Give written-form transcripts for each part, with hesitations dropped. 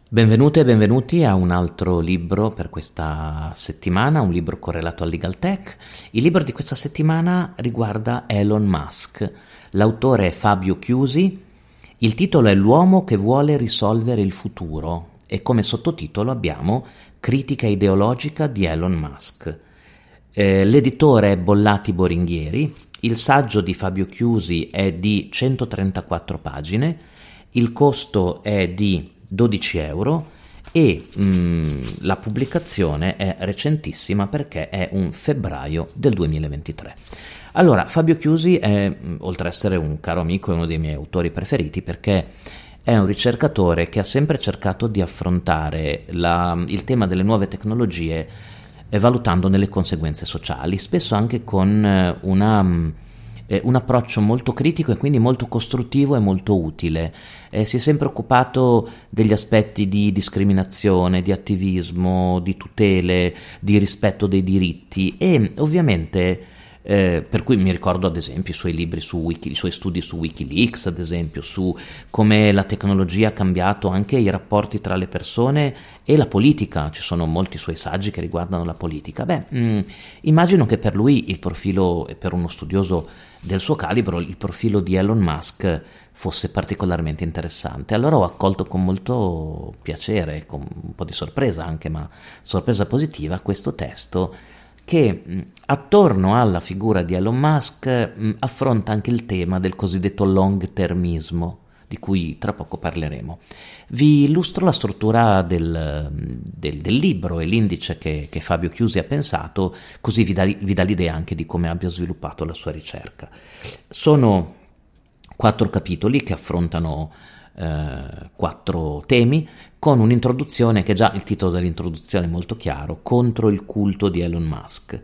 Benvenute e benvenuti a un altro libro per questa settimana, un libro correlato al Legal Tech. Il libro di questa settimana riguarda Elon Musk. L'autore è Fabio Chiusi, il titolo è L'uomo che vuole risolvere il futuro e come sottotitolo abbiamo Critica ideologica di Elon Musk. L'editore è Bollati Boringhieri, il saggio di Fabio Chiusi è di 134 pagine, il costo è di 12 euro e la pubblicazione è recentissima perché è un febbraio del 2023. Allora, Fabio Chiusi è, oltre ad essere un caro amico, è uno dei miei autori preferiti perché è un ricercatore che ha sempre cercato di affrontare il tema delle nuove tecnologie valutandone le conseguenze sociali, spesso anche con un approccio molto critico e quindi molto costruttivo e molto utile. Si è sempre occupato degli aspetti di discriminazione, di attivismo, di tutele, di rispetto dei diritti e ovviamente per cui mi ricordo ad esempio i suoi libri i suoi studi su Wikileaks, ad esempio, su come la tecnologia ha cambiato anche i rapporti tra le persone e la politica. Ci sono molti suoi saggi che riguardano la politica. Immagino che per lui il profilo, e per uno studioso del suo calibro, il profilo di Elon Musk fosse particolarmente interessante. Allora ho accolto con molto piacere, con un po' di sorpresa anche, ma sorpresa positiva, questo testo che attorno alla figura di Elon Musk affronta anche il tema del cosiddetto long termismo, di cui tra poco parleremo. Vi illustro la struttura del libro e l'indice che Fabio Chiusi ha pensato, così vi dà l'idea anche di come abbia sviluppato la sua ricerca. Sono 4 capitoli che affrontano 4 temi, con un'introduzione che già il titolo dell'introduzione è molto chiaro: contro il culto di Elon Musk.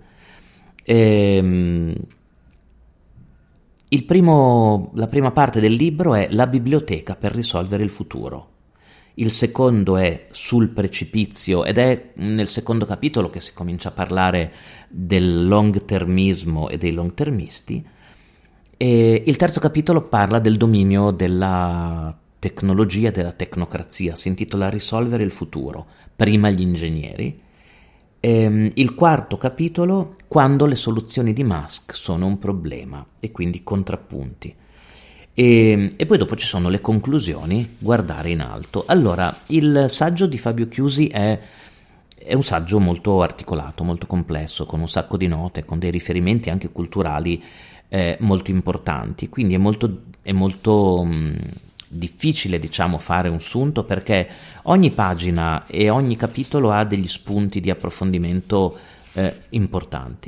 La prima parte del libro è la biblioteca per risolvere il futuro. Il secondo è sul precipizio ed è nel secondo capitolo che si comincia a parlare del long termismo e dei long termisti. E il terzo capitolo parla del dominio della tecnologia e della tecnocrazia, si intitola Risolvere il futuro, prima gli ingegneri. Il quarto capitolo, quando le soluzioni di Musk sono un problema, e quindi contrappunti. E poi dopo ci sono le conclusioni, guardare in alto. Allora, il saggio di Fabio Chiusi è un saggio molto articolato, molto complesso, con un sacco di note, con dei riferimenti anche culturali molto importanti, quindi è molto difficile, diciamo, fare un sunto perché ogni pagina e ogni capitolo ha degli spunti di approfondimento importanti.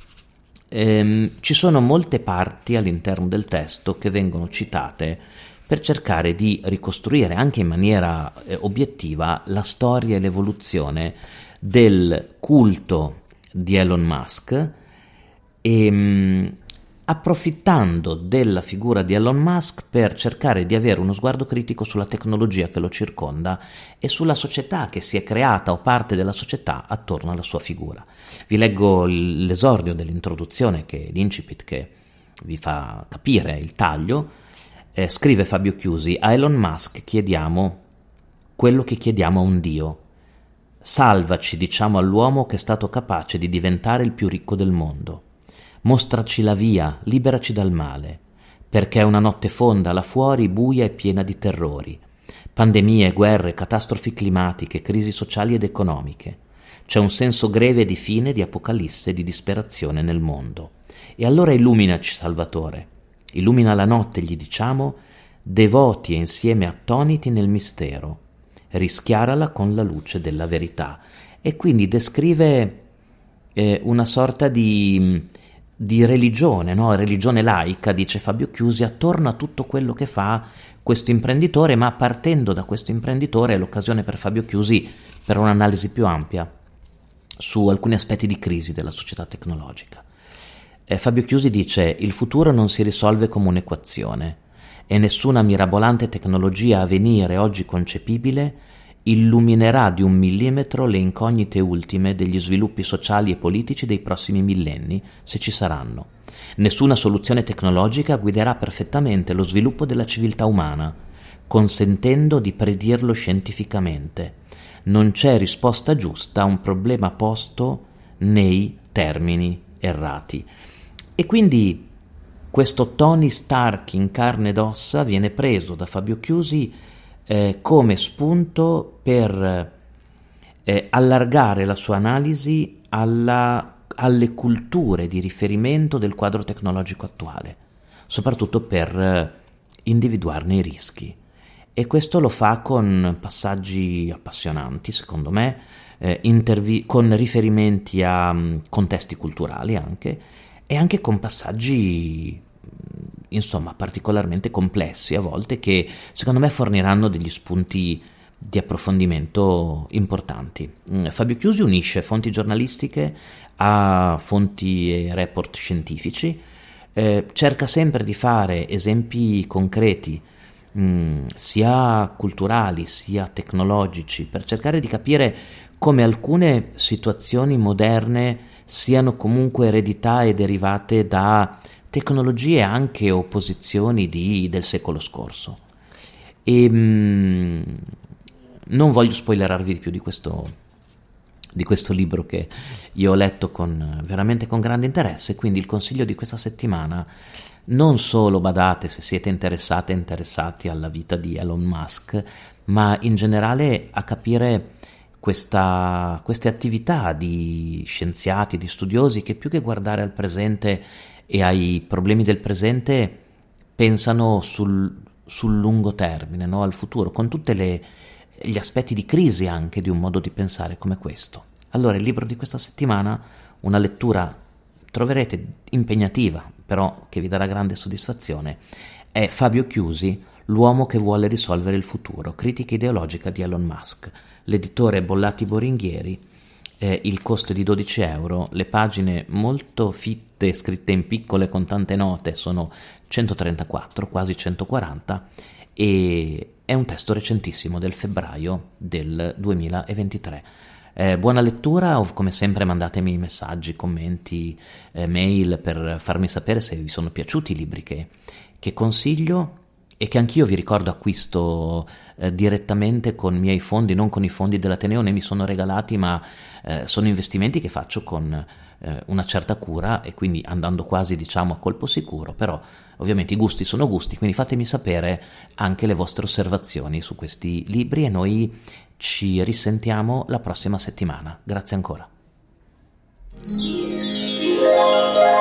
Ci sono molte parti all'interno del testo che vengono citate per cercare di ricostruire anche in maniera obiettiva la storia e l'evoluzione del culto di Elon Musk e approfittando della figura di Elon Musk per cercare di avere uno sguardo critico sulla tecnologia che lo circonda e sulla società che si è creata o parte della società attorno alla sua figura. Vi leggo l'esordio dell'introduzione, l'incipit che vi fa capire il taglio. Scrive Fabio Chiusi: a Elon Musk chiediamo quello che chiediamo a un dio. Salvaci, diciamo all'uomo che è stato capace di diventare il più ricco del mondo. Mostraci la via, liberaci dal male, perché è una notte fonda là fuori, buia e piena di terrori, pandemie, guerre, catastrofi climatiche, crisi sociali ed economiche. C'è un senso greve di fine, di apocalisse e di disperazione nel mondo. E allora illuminaci, Salvatore. Illumina la notte, gli diciamo, devoti e insieme attoniti nel mistero. Rischiarala con la luce della verità. E quindi descrive una sorta di religione, no? Religione laica, dice Fabio Chiusi, attorno a tutto quello che fa questo imprenditore, ma partendo da questo imprenditore è l'occasione per Fabio Chiusi per un'analisi più ampia su alcuni aspetti di crisi della società tecnologica. Fabio Chiusi dice: il futuro non si risolve come un'equazione e nessuna mirabolante tecnologia a venire oggi concepibile illuminerà di 1 millimetro le incognite ultime degli sviluppi sociali e politici dei prossimi millenni, se ci saranno. Nessuna soluzione tecnologica guiderà perfettamente lo sviluppo della civiltà umana. consentendo di predirlo scientificamente. Non c'è risposta giusta a un problema posto nei termini errati. E quindi questo Tony Stark in carne ed ossa viene preso da Fabio Chiusi come spunto per allargare la sua analisi alle culture di riferimento del quadro tecnologico attuale, soprattutto per individuarne i rischi. E questo lo fa con passaggi appassionanti, secondo me, con riferimenti a contesti culturali anche, e anche con passaggi, insomma, particolarmente complessi a volte, che secondo me forniranno degli spunti di approfondimento importanti. Fabio Chiusi unisce fonti giornalistiche a fonti e report scientifici, cerca sempre di fare esempi concreti, sia culturali sia tecnologici, per cercare di capire come alcune situazioni moderne siano comunque eredità e derivate da tecnologie anche o posizioni del secolo scorso. E non voglio spoilerarvi di più di questo libro, che io ho letto veramente con grande interesse, quindi il consiglio di questa settimana: non solo badate, se siete interessate e interessati alla vita di Elon Musk, ma in generale a capire queste attività di scienziati, di studiosi, che più che guardare al presente e ai problemi del presente pensano sul lungo termine, no? Al futuro, con tutti gli aspetti di crisi anche di un modo di pensare come questo. Allora, il libro di questa settimana, una lettura troverete impegnativa, però che vi darà grande soddisfazione, è Fabio Chiusi, L'uomo che vuole risolvere il futuro, critica ideologica di Elon Musk. L'editore Bollati Boringhieri, il costo è di 12 euro, le pagine molto fitte, scritte in piccole con tante note, sono 134, quasi 140, e è un testo recentissimo del febbraio del 2023. Buona lettura, o come sempre mandatemi messaggi, commenti, mail per farmi sapere se vi sono piaciuti i libri che consiglio, e che anch'io, vi ricordo, acquisto direttamente con miei fondi, non con i fondi dell'Ateneo, né mi sono regalati, ma sono investimenti che faccio con una certa cura, e quindi andando quasi, diciamo, a colpo sicuro. Però ovviamente i gusti sono gusti, quindi fatemi sapere anche le vostre osservazioni su questi libri, e noi ci risentiamo la prossima settimana. Grazie ancora.